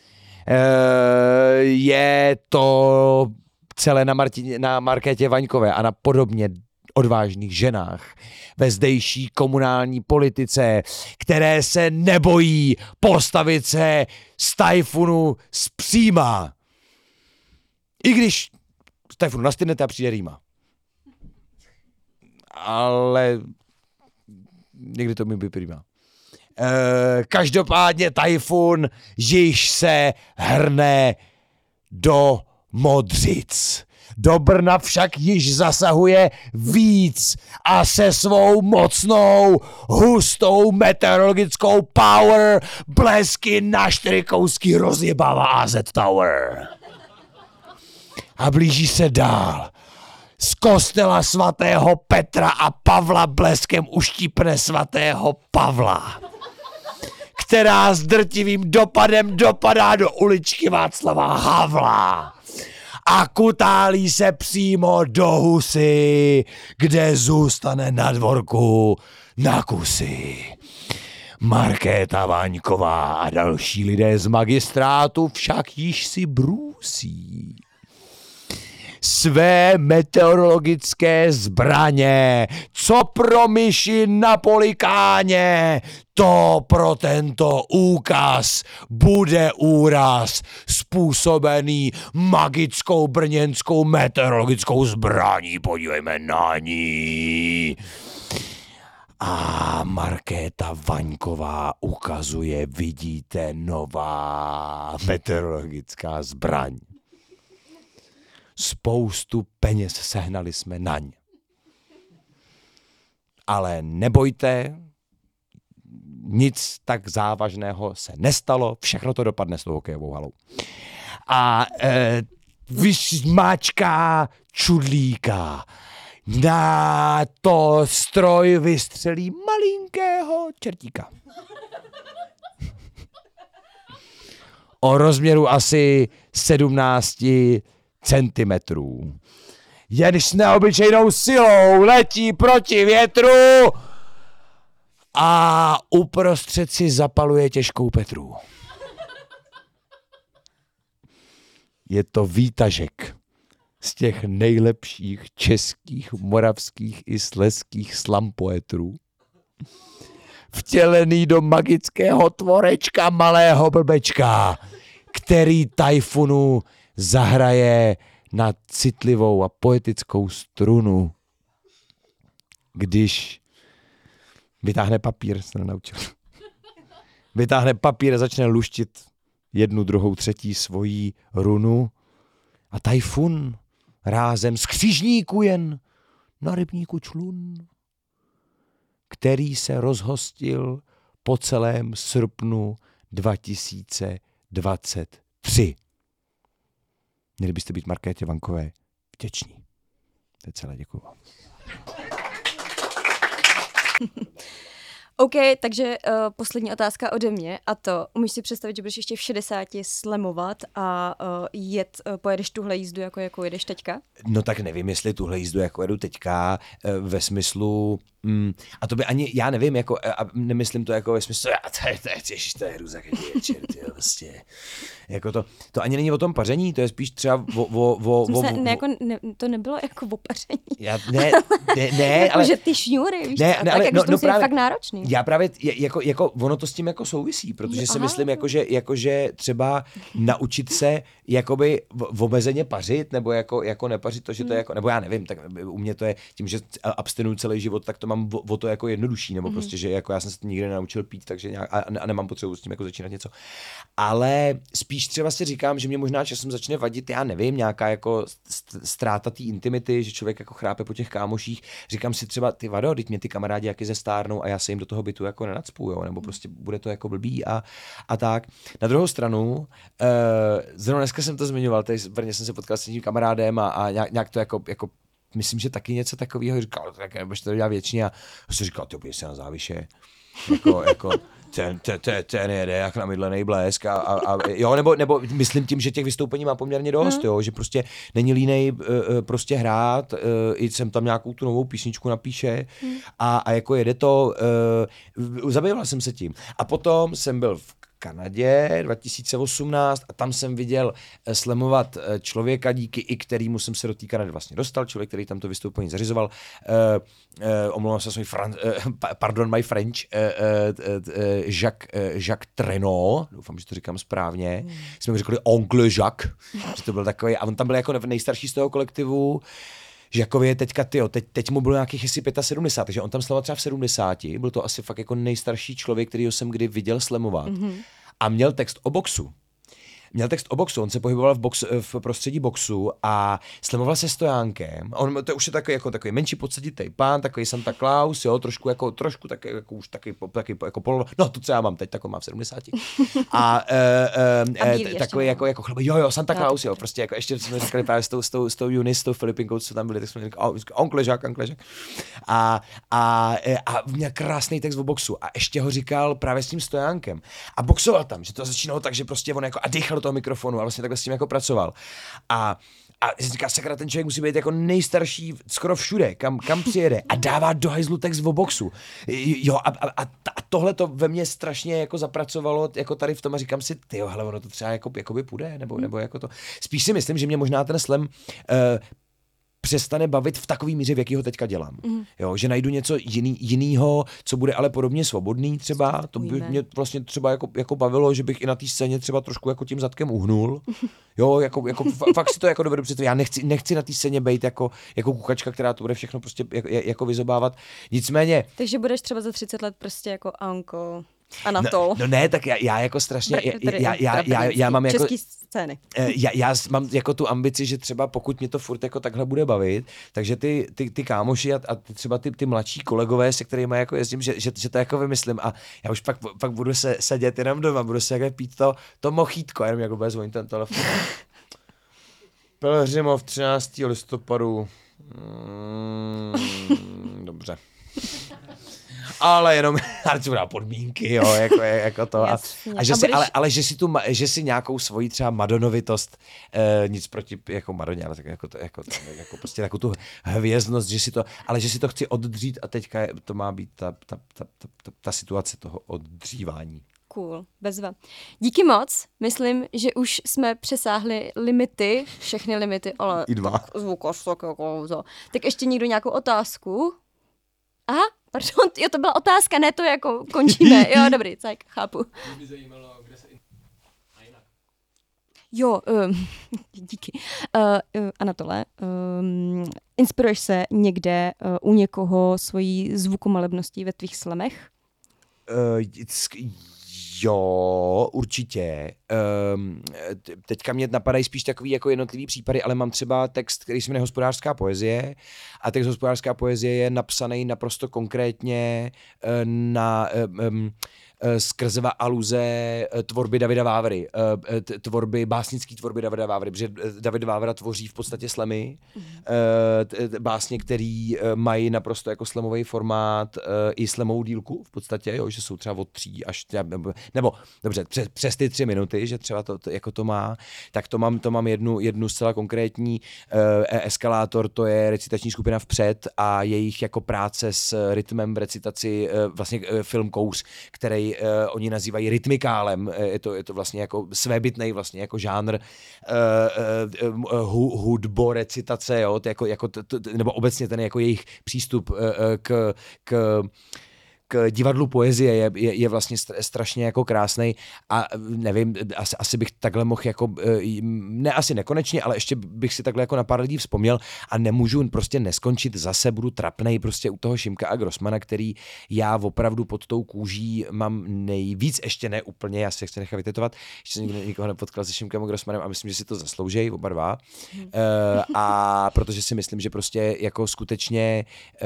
Je to celé na Markétě Vaňkové a na podobně odvážných ženách ve zdejší komunální politice, které se nebojí postavit se z tajfunu zpříma. I když z tajfunu nastydnete a přijde rýma. Ale někdy to mi vyprývá. Každopádně tajfun již se hrne do Modřic. Do Brna však již zasahuje víc a se svou mocnou, hustou meteorologickou power blesky na 4 kousky rozjebává AZ Tower. A blíží se dál. Z kostela svatého Petra a Pavla bleskem uštípne svatého Pavla, která s drtivým dopadem dopadá do uličky Václava Havla a kutálí se přímo do Husy, kde zůstane na dvorku na kusy. Markéta Vaňková a další lidé z magistrátu však již si brusí své meteorologické zbraně, co pro myši na Polikáně, to pro tento úkaz bude úraz způsobený magickou brněnskou meteorologickou zbraní. Podívejme na ní. A Markéta Vaňková ukazuje, vidíte, nová meteorologická zbraň. Spoustu peněz sehnali jsme na ně. Ale nebojte, nic tak závažného se nestalo, všechno to dopadne s tou hokejovou halou. A vyšmáčká čudlíka. Na to stroj vystřelí malinkého čertíka. O rozměru asi 17 centimetrů. Jenž s neobyčejnou silou letí proti větru a uprostřed si zapaluje těžkou Petru. Je to výtažek z těch nejlepších českých, moravských i slezských slampoetrů, vtělený do magického tvorečka malého blbečka, který tajfunu zahraje na citlivou a poetickou strunu, když vytáhne papír, se nenaučil. Vytáhne papír a začne luštit 1, 2, 3 svojí runu a tajfun rázem z křižníku jen na rybníku člun, který se rozhostil po celém srpnu 2023. Měli byste být Markétě Vaňkové vděční. To je celé, děkuju vám. OK, takže poslední otázka ode mě a to, umíš si představit, že budeš ještě v 60 slamovat a pojedeš tuhle jízdu, jako jedeš teďka? No tak nevím, jestli tuhle jízdu, jako jedu teďka, ve smyslu, a to by ani, já nevím, jako, a nemyslím to jako ve smyslu, to je hruza, vlastně. Jako to ani není o tom paření, to je spíš třeba to nebylo jako o paření. Ne, jako, ale... že ty šňůry, víš ne, co? ale, tak no, je právě, fakt náročný. Já právě, jako ono to s tím jako souvisí, protože si myslím, jakože třeba naučit se jakoby omezeně pařit, nebo jako nepařit to, že to je jako, nebo já nevím, tak u mě to je tím, že abstinuju celý život, tak to mám o to jako jednodušší, nebo prostě, že jako já jsem se to nikdy nenaučil pít, takže nějak, a nemám potřebu s tím jako začínat něco. Ale spíš třeba si říkám, že mě možná časem začne vadit, já nevím, nějaká jako ztráta té intimity, že člověk jako chrápe po těch kámoších. Říkám si třeba, ty vado, teď mě ty kamarádi jaky zestárnou a já se jim do toho bytu jako nenacpu, jo, nebo prostě bude to jako blbý a tak. Na druhou stranu, zrovna dneska jsem to zmiňoval, tady v Brně jsem se potkal s tím kamarádem a nějak to jako myslím, že taky něco takového říkal, tak nebudeš to dělat většině a jsem říkal, ty opět se na záviše, jako ten jede jak namydlený blesk a jo, nebo myslím tím, že těch vystoupení má poměrně dost, jo, že prostě není línej prostě hrát, i sem tam nějakou tu novou písničku napíše a jako jede to, zabýval jsem se tím. A potom jsem byl v Kanadě 2018 a tam jsem viděl slamovat člověka, díky i kterýmu jsem se do té Kanady vlastně dostal, člověk, který tam to vystoupení zařizoval. Omlouvám se svůj pardon my French, Jacques Trenot, doufám, že to říkám správně, jsme mu řekli Oncle Jacques, že to byl takový, a on tam byl jako nejstarší z toho kolektivu. Žakově teďka, teď mu bylo nějakých asi 75, takže on tam slamoval třeba v 70, byl to asi fakt jako nejstarší člověk, kterýho jsem kdy viděl slamovat. A měl text o boxu. On se pohyboval v prostředí boxu a slamoval se Stojánkem. On to už je takový menší podsaditej pán, takový Santa Claus, jo, trošku taky jako polo. No to, co já mám teď, tak on má v 70. A takový jako chleba, jo, Santa Claus, jo, prostě jako ještě jsme říkali právě s tou Eunice, s tou Filipinkou, co tam byli, tak jsme říkali, Oncle Jacques. A měl krásný text o boxu a ještě ho říkal právě s tím Stojánkem. A boxoval tam, že to začínalo tak, že prostě on jako a dýchal do toho mikrofonu a vlastně takhle s tím jako pracoval. A říká, sakra, ten člověk musí být jako nejstarší skoro všude, kam přijede a dává do hajzlu text o boxu. Jo, a tohle to ve mně strašně jako zapracovalo jako tady v tom a říkám si, tyjo, hele, ono to třeba jako by půjde, nebo jako to. Spíš si myslím, že mě možná ten slam přestane bavit v takový míře, v jaký ho teďka dělám. Jo, že najdu něco jinýho, co bude ale podobně svobodný třeba. To by mě vlastně třeba jako bavilo, že bych i na té scéně třeba trošku jako tím zadkem uhnul. Jo, jako fakt si to jako dovedu představit. Já nechci na té scéně být jako kukačka, která to bude všechno prostě jako vyzobávat. Nicméně. Takže budeš třeba za 30 let prostě jako Anko Anatol. No ne, tak já jako strašně, já mám jako český scény. Já mám jako tu ambici, že třeba pokud mě to furt jako takhle bude bavit, takže ty kámoši a třeba ty mladší kolegové, se kterými jako jezdím, že to jako vymyslím a já už pak budu se sedět jenom doma, budu se jako pít to mochítko, jenom jako bude zvonit ten telefon. Pelhřimov 13. listopadu. Dobře. Ale jenom třeba podmínky, jo, jako to. A že si nějakou svoji třeba madonovitost, nic proti jako Madoně, ale tak jako prostě takovou tu hvězdnost, že si to chci oddřít a teďka to má být ta situace toho oddřívání. Cool, bezva. Díky moc, myslím, že už jsme přesáhli limity, všechny limity, ale I 2. Zvukař, tak jako to. Tak ještě někdo nějakou otázku? Aha, pardon, jo, to byla otázka, ne to jako končíme. Jo, dobrý, tak, chápu. Mě by zajímalo, kde se... A jinak. Jo, díky. Anatole, inspiruješ se někde u někoho svojí zvukomalebností ve tvých slamech? Jo, určitě. Teďka mě napadají spíš takový jako jednotlivý případy, ale mám třeba text, který se jmenuje Hospodářská poezie a text Hospodářská poezie je napsaný naprosto konkrétně na skrzeva aluze tvorby Davida Vávry, básnický tvorby Davida Vávry, protože David Vávra tvoří v podstatě slamy, básně, který mají naprosto jako slamový formát i slamovou dílku v podstatě, jo, že jsou třeba od 3 až nebo dobře, přes ty 3 minuty, že třeba to jako to má, tak to mám jednu zcela konkrétní Eskalátor, to je recitační skupina Vpřed a jejich jako práce s rytmem v recitaci, vlastně film Kouř, který oni nazývají rytmikálem, je to vlastně jako svébytnej vlastně jako žánr hudbo, recitace, jo, nebo obecně ten jako jejich přístup k k divadlu poezie je vlastně strašně jako krásnej a nevím, asi bych takhle mohl jako, ne asi nekonečně, ale ještě bych si takhle jako na pár lidí vzpomněl a nemůžu prostě neskončit, zase budu trapnej prostě u toho Šimka a Grossmana, který já opravdu pod tou kůží mám nejvíc, ještě ne úplně, já si chci nechat vytetovat, ještě jsem nikoho nepotkal se Šimkem a Grossmanem a myslím, že si to zaslouží oba dva. A protože si myslím, že prostě jako skutečně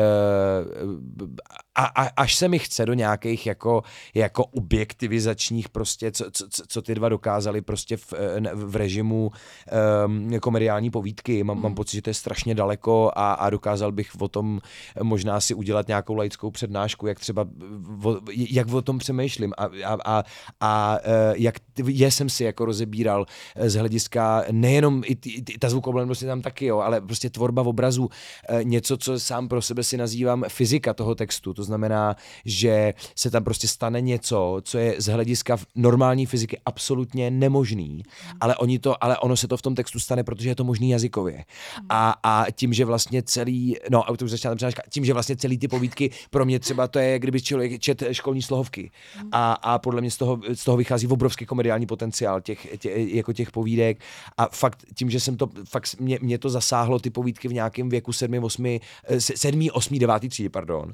až se mi chce do nějakých jako objektivizačních prostě, co ty dva dokázali prostě v režimu komediální povídky. Mám pocit, že to je strašně daleko a dokázal bych o tom možná si udělat nějakou laickou přednášku, jak třeba jak o tom přemýšlím a jak jsem si jako rozebíral z hlediska nejenom i ta zvukoblendnost je tam taky, jo, ale prostě tvorba obrazu, něco, co sám pro sebe si nazývám fyzika toho textu. To znamená, že se tam prostě stane něco, co je z hlediska normální fyziky absolutně nemožný, ale ono se to v tom textu stane, protože je to možný jazykově. A tím, že vlastně tím, že vlastně celý ty povídky pro mě třeba to je, kdyby člověk čet školní slohovky. A podle mě z toho vychází obrovský komediální potenciál těch povídek a fakt tím, že jsem to fakt mě to zasáhlo ty povídky v nějakém věku 7, 8, 9 třídy, pardon.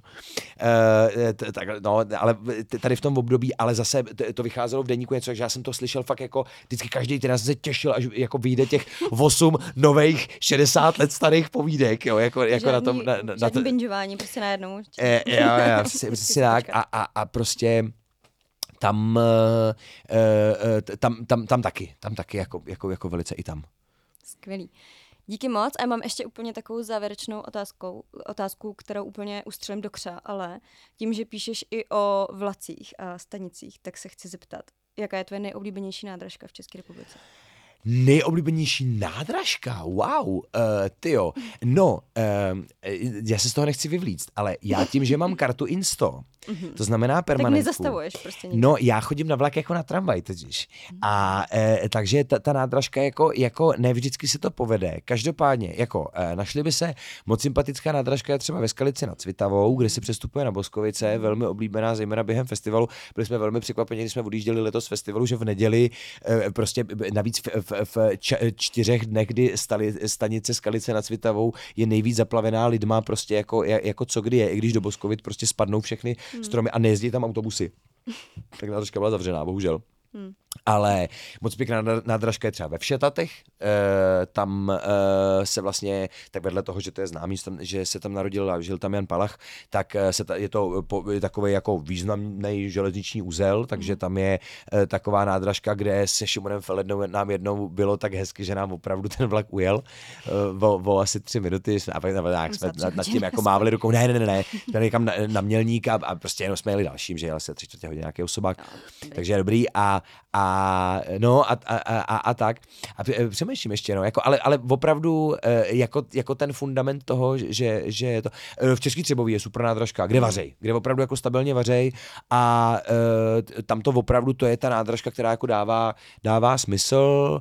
Ale tady v tom období, ale zase to vycházelo v deníku něco, takže já jsem to slyšel fakt jako vždycky každý týden jsem se těšil, až jako vyjde těch 8 nových 60 let starých povídek, jo, jako na tom. Žádný bingeování, prostě najednou. Přesně tak a prostě tam taky jako velice i tam. Skvělý. Díky moc a já mám ještě úplně takovou závěrečnou otázku, kterou úplně ustřelím do křa, ale tím, že píšeš i o vlacích a stanicích, tak se chci zeptat, jaká je tvoje nejoblíbenější nádražka v České republice? Nejoblíbenější nádražka? Wow, tyjo. No, já se z toho nechci vyvlíct, ale já tím, že mám kartu Insto, to znamená permanentku. Tak nezastavuješ prostě nikdy. No, já chodím na vlak jako na tramvaj totiž. A takže ta nádražka jako ne vždycky se to povede. Každopádně, našli by se moc sympatická nádražka je třeba ve Skalici nad Svitavou, kde se přestupuje na Boskovice, velmi oblíbená, zejména během festivalu. Byli jsme velmi překvapeni, když jsme odjížděli letos z festivalu, že v neděli prostě navíc v 4 dnech, kdy stanice Skalice nad Svitavou je nejvíc zaplavená lidma prostě jako co kdy je, i když do Boskovic prostě spadnou všechny stromy a nejezdí tam autobusy. Tak nádražka byla zavřená, bohužel. Ale moc pěkná nádražka je třeba ve Všetatech, tam se vlastně, tak vedle toho, že to je známý, že se tam narodil a žil tam Jan Palach, tak je to takový jako významný železniční úzel, takže tam je taková nádražka, kde se Šimonem Felednou nám jednou bylo tak hezky, že nám opravdu ten vlak ujel o asi 3 minuty a pak jsme nad tím jako mávali rukou, ne, jsme někam na Mělník a prostě jenom jsme jeli dalším, že jel se 3/4 hodiny nějaký osobák, takže je dobrý a tak. A přemýšlím ještě, no, ale opravdu jako ten fundament toho, že je to. V Český Třebový je super nádražka, kde vařej, kde opravdu jako stabilně vařej a tam to opravdu to je ta nádražka, která jako dává smysl.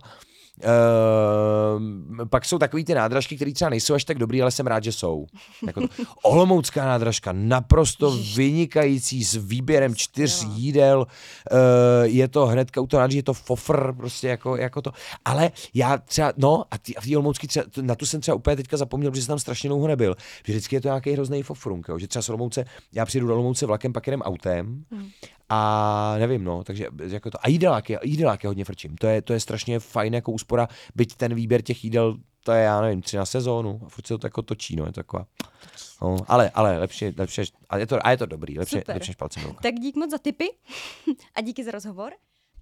Pak jsou takový ty nádražky, které třeba nejsou až tak dobrý, ale jsem rád, že jsou. Jako Olomoucká nádražka, naprosto vynikající s výběrem 4 jídel, je to hnedka u toho nádraží, je to fofr, prostě jako to. Ale já třeba, a v té Olomoucký třeba, na tu jsem třeba úplně teďka zapomněl, protože jsem tam strašně dlouho nebyl. Že vždycky je to nějaký hrozný fofrunk, jo? Že třeba z Olomouce, já přijdu do Olomouce vlakem, pak jedem autem. A nevím, takže jako to. A jídeláky hodně frčím. To je strašně fajn jako úspora, byť ten výběr těch jídel, to je, já nevím, 3 na sezónu a furt se to jako točí, je to taková. No, ale lepší, a je to dobrý, lepší než palcem do oka. Tak dík moc za tipy a díky za rozhovor.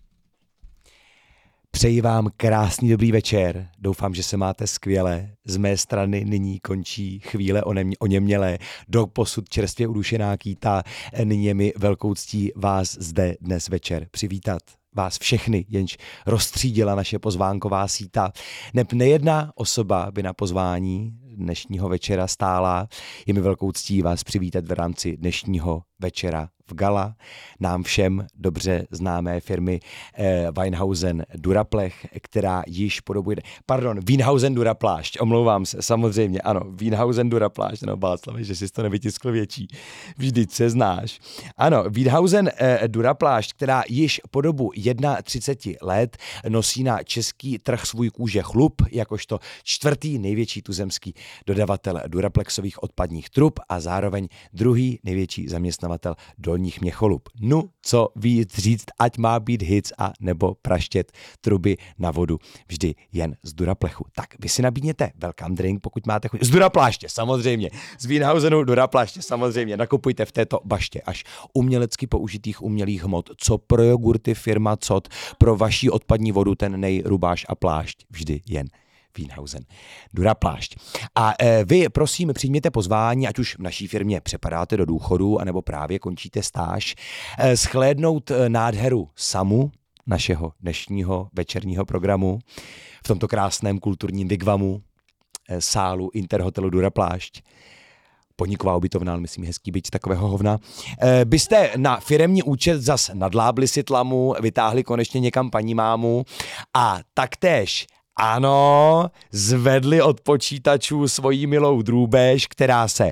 Přeji vám krásný dobrý večer, doufám, že se máte skvěle. Z mé strany nyní končí chvíle oněmělé, doposud čerstvě udušená Kýta. Nyní je mi velkou ctí vás zde dnes večer přivítat. Vás všechny, jenž rozstřídila naše pozvánková síta. Nejedna osoba by na pozvání dnešního večera stálá. Je mi velkou ctí vás přivítat v rámci dnešního večera v Gala. Nám všem dobře známé firmy Weinhausen Duraplech, která již po dobu... Pardon, Weinhausen Duraplášť, omlouvám se, samozřejmě, ano, Weinhausen Duraplášť, no Václave, že jsi to nevytiskl větší, vždyť se znáš. Ano, Weinhausen Duraplášť, která již po dobu 31 let nosí na český trh svůj kůže chlup, jakožto čtvrtý největší tuzemský dodavatel duraplexových odpadních trub a zároveň druhý největší zaměstnavatel dolních měcholup. No, co víc říct, ať má být hic a nebo praštět truby na vodu vždy jen z Duraplechu. Tak vy si nabídněte welcome drink, pokud máte chuť. Z Durapláště, samozřejmě. Z Weinhausenu Durapláště, samozřejmě. Nakupujte v této baště až umělecky použitých umělých hmot, co pro jogurty firma COT, pro vaší odpadní vodu ten nejrubáš a plášť vždy jen Weinhausen Duraplášť. A vy, prosím, přijměte pozvání, ať už v naší firmě přepadáte do důchodu, anebo právě končíte stáž, shlédnout nádheru SAMu, našeho dnešního večerního programu, v tomto krásném kulturním vigvamu, sálu Interhotelu Duraplášť. Podniková ubytovna, ale myslím hezký byť takového hovna. Byste na firemní účet zas nadlábli si tlamu, vytáhli konečně někam paní mámu a taktéž ano, zvedli od počítačů svoji milou drůbež, která se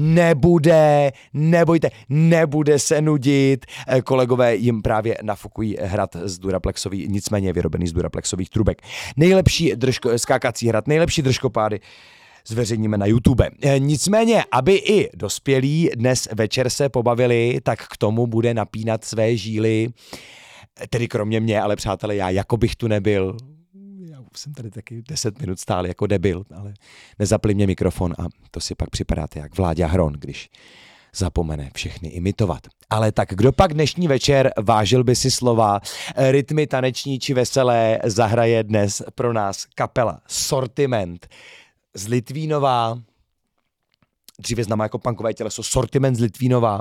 nebude se nudit. Kolegové jim právě nafukují hrad z Duraplexový, nicméně vyrobený z Duraplexových trubek. Nejlepší skákací hrad, nejlepší držkopády zveřejníme na YouTube. Nicméně, aby i dospělí dnes večer se pobavili, tak k tomu bude napínat své žíly, tedy kromě mě, ale přátelé, já jako bych tu nebyl. Já už jsem tady taky 10 minut stál jako debil, ale nezapli mě mikrofon a to si pak připadáte jak Vláďa Hron, když zapomene všechny imitovat. Ale tak kdo pak dnešní večer vážil by si slova, rytmy taneční či veselé, zahraje dnes pro nás kapela Sortiment z Litvínova, dříve známá jako punkové těleso, Sortiment z Litvínova.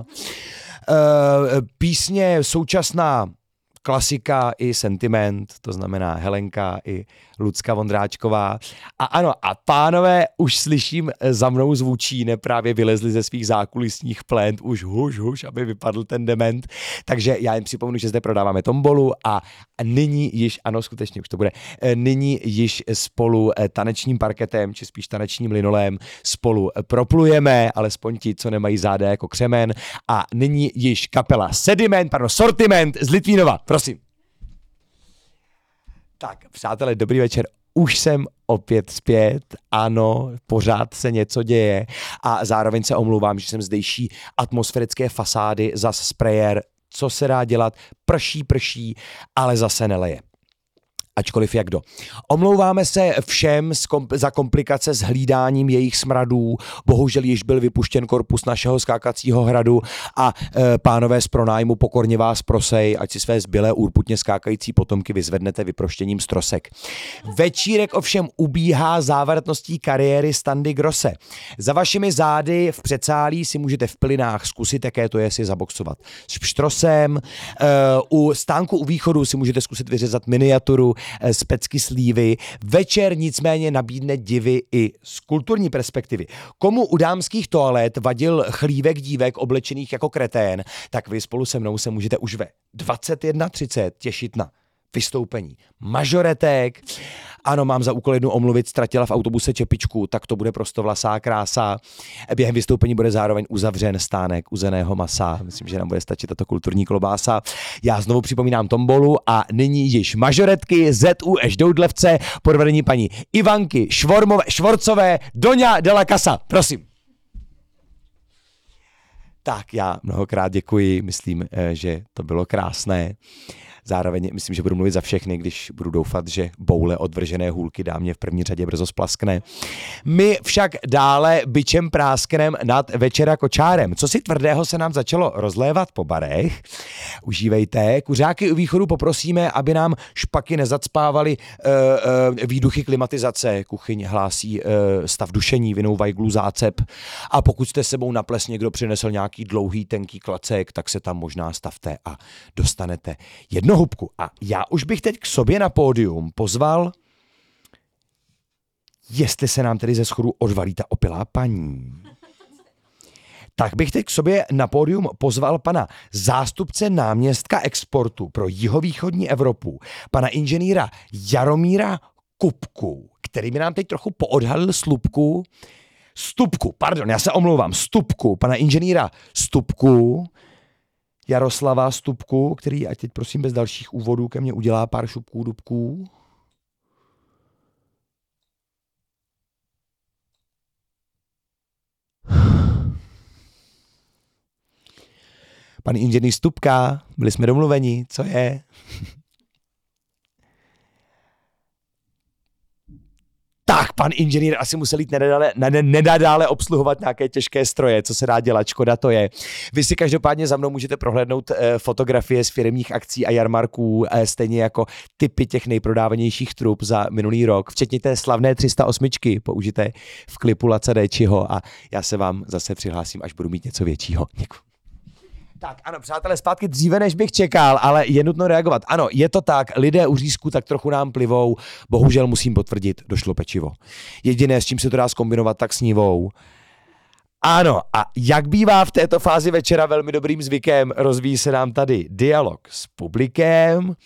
Písně současná klasika i sentiment, to znamená Helenka i Lucka Vondráčková. A ano, a pánové, už slyším, za mnou zvučí, právě vylezli ze svých zákulisních plént, už huš, aby vypadl ten dement. Takže já jen připomenu, že zde prodáváme tombolu a nyní již, ano, skutečně už to bude, nyní již spolu tanečním parketem, či spíš tanečním linolem spolu proplujeme, alespoň ti, co nemají záda jako křemen. A nyní již kapela Sortiment z Litvínova. Prosím. Tak, přátelé, dobrý večer. Už jsem opět zpět, ano, pořád se něco děje a zároveň se omlouvám, že jsem zdejší atmosférické fasády zas sprayer. Co se dá dělat? Prší, ale zase neleje. Ačkoliv jak kdo. Omlouváme se všem za komplikace s hlídáním jejich smradů. Bohužel již byl vypuštěn korpus našeho skákacího hradu a pánové z pronájmu pokorně vás prosej, ať si své zbylé úrputně skákající potomky vyzvednete vyproštěním strosek. Večírek ovšem ubíhá závratností kariéry Standy Grosse. Za vašimi zády v předsálí si můžete v Plinách zkusit, jaké to je si zaboxovat s pštrosem. U stánku u východu si můžete zkusit vyřezat miniaturu z pecky slívy. Večer nicméně nabídne divy i z kulturní perspektivy. Komu u dámských toalet vadil chlívek dívek oblečených jako kretén, tak vy spolu se mnou se můžete už ve 21:30 těšit na vystoupení mažoretek. Ano, mám za úkol jednu omluvit, ztratila v autobuse čepičku, tak to bude prostovlasá krása. Během vystoupení bude zároveň uzavřen stánek uzeného masa. Myslím, že nám bude stačit tato kulturní klobása. Já znovu připomínám tombolu a nyní již mažoretky ZUŠ Doudlevce pod vedením paní Ivanky Švorcové Doňa de la Casa. Prosím. Tak já mnohokrát děkuji, myslím, že to bylo krásné. Zároveň myslím, že budu mluvit za všechny, když budu doufat, že boule odvržené hůlky dámě v první řadě brzo splaskne. My však dále bičem prásknem nad večera kočárem. Co si tvrdého se nám začalo rozlévat po barech? Užívejte. Kuřáky u východu poprosíme, aby nám špaky nezacpávaly výduchy klimatizace. Kuchyň hlásí stav dušení, vinou vajglu zácep. A pokud jste sebou na ples někdo přinesl nějaký dlouhý, tenký klacek, tak se tam možná stavte a dostanete jednohubku. A já už bych teď k sobě na pódium pozval jestli se nám tedy ze schodu odvalí ta opilá paní, tak bych teď k sobě na pódium pozval pana zástupce náměstka exportu pro jihovýchodní Evropu, pana inženýra Jaromíra Kupku, který mi nám teď trochu poodhalil Stupku, pana inženýra Stupku, Jaroslava Stupku, který, ať teď prosím bez dalších úvodů ke mně udělá pár šupků dubků. Pan inženýr Stupka, byli jsme domluveni, co je? Tak, pan inženýr asi musel jít nedále obsluhovat nějaké těžké stroje, co se dá dělat, škoda to je. Vy si každopádně za mnou můžete prohlédnout fotografie z firemních akcí a jarmarků, stejně jako typy těch nejprodávanějších trub za minulý rok, včetně té slavné 308 použité v klipu Laca Déčiho a já se vám zase přihlásím, až budu mít něco většího. Děkuji. Tak ano, přátelé, zpátky dříve, než bych čekal, ale je nutno reagovat. Ano, je to tak, lidé u řízku tak trochu nám plivou, bohužel musím potvrdit, došlo pečivo. Jediné, s čím se to dá zkombinovat, tak s nivou. Ano, a jak bývá v této fázi večera velmi dobrým zvykem, rozvíjí se nám tady dialog s publikem.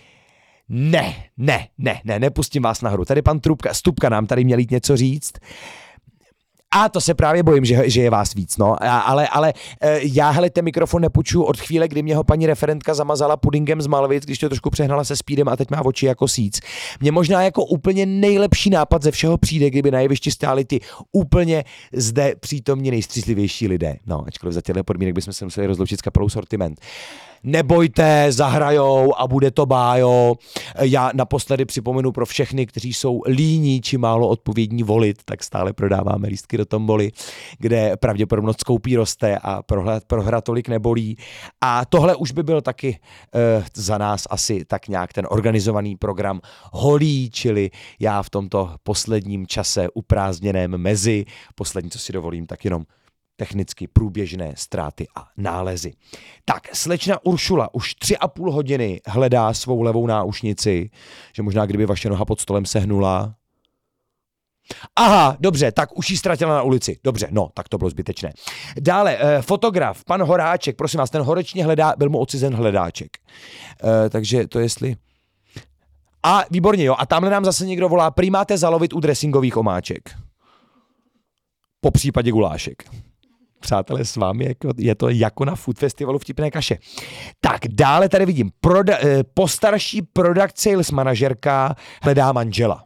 Nepustím vás nahoru. Tady pan Stupka nám tady měl jít něco říct. A to se právě bojím, že je vás víc, no. Ale já, hele, ten mikrofon nepůjčuju od chvíle, kdy mě ho paní referentka zamazala pudingem z Malvic, když to trošku přehnala se speedem a teď má oči jako síc. Mně možná jako úplně nejlepší nápad ze všeho přijde, kdyby na jevišti stáli ty úplně zde přítomní nejstřízlivější lidé. No, ačkoliv za těchto podmínek bychom se museli rozloučit s kapelou Sortiment. Nebojte, zahrajou a bude to bájo. Já naposledy připomenu pro všechny, kteří jsou líní či málo odpovědní volit, tak stále prodáváme lístky do tomboly, kde pravděpodobnost skoupí roste a prohra tolik nebolí. A tohle už by byl taky za nás asi tak nějak ten organizovaný program holí, čili já v tomto posledním čase uprázdněném mezi, poslední, co si dovolím, tak jenom technicky průběžné ztráty a nálezy. Tak, slečna Uršula už 3,5 hodiny hledá svou levou náušnici, že možná kdyby vaše noha pod stolem sehnula. Aha, dobře, tak už ji ztratila na ulici. Dobře, no, tak to bylo zbytečné. Dále, fotograf, pan Horáček, prosím vás, ten horečně hledá, byl mu odcizen hledáček. Takže to jestli... A výborně, jo, a tamhle nám zase někdo volá, prý máte zalovit u dressingových omáček. Po případě gulášek. Přátelé, s vámi je to jako na food festivalu vtipné kaše. Tak dále tady vidím, postarší product sales manažerka hledá manžela.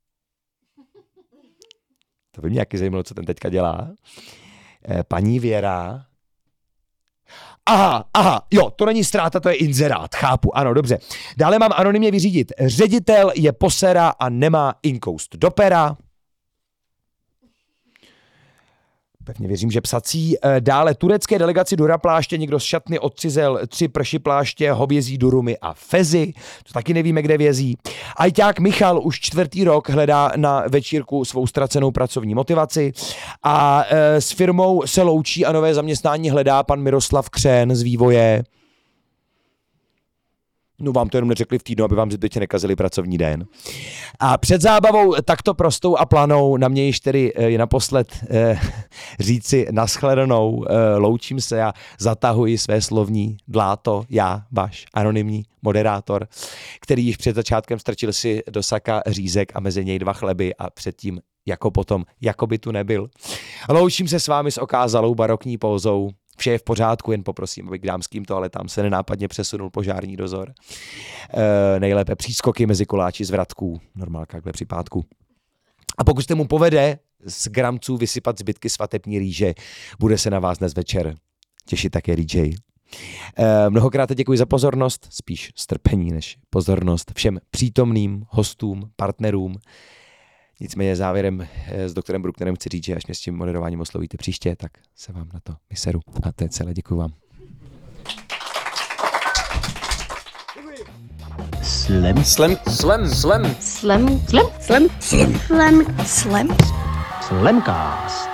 To by mě jaký zajímalo, co ten teďka dělá. Paní Věra. Aha, jo, to není ztráta, to je inzerát, chápu, ano, dobře. Dále mám anonymně vyřídit. Ředitel je posera a nemá inkoust do pera. Pevně věřím, že psací. Dále turecké delegaci Dura pláště někdo z šatny odcizel 3 prši pláště, hovězí durumy a fezy. To taky nevíme, kde vězí. Ajťák Michal už 4. rok hledá na večírku svou ztracenou pracovní motivaci a s firmou se loučí a nové zaměstnání hledá pan Miroslav Křen z vývoje. No vám to jenom neřekli v týdnu, aby vám zbytečně nekazili pracovní den. A před zábavou takto prostou a planou na mě již tedy je naposled říci nashledanou, loučím se a zatahuji své slovní dláto, já, váš anonymní moderátor, který již před začátkem strčil si do saka řízek a mezi něj 2 chleby a předtím jako potom, jako by tu nebyl. Loučím se s vámi s okázalou barokní pózou. Vše je v pořádku, jen poprosím, aby k dámským toaletám se nenápadně přesunul požární dozor. Nejlépe přískoky mezi koláči z vratků, normálka takhle při pátku. A pokud se mu povede z gramců vysypat zbytky svatební rýže, bude se na vás dnes večer těšit také DJ. Mnohokrát děkuji za pozornost, spíš strpení než pozornost všem přítomným hostům, partnerům. Nicméně závěrem s doktorem Brucknerem chci říct, že až mě s tím moderováním oslovíte příště, tak se vám na to vyseru. A to je celé, děkuji vám. Slemcast.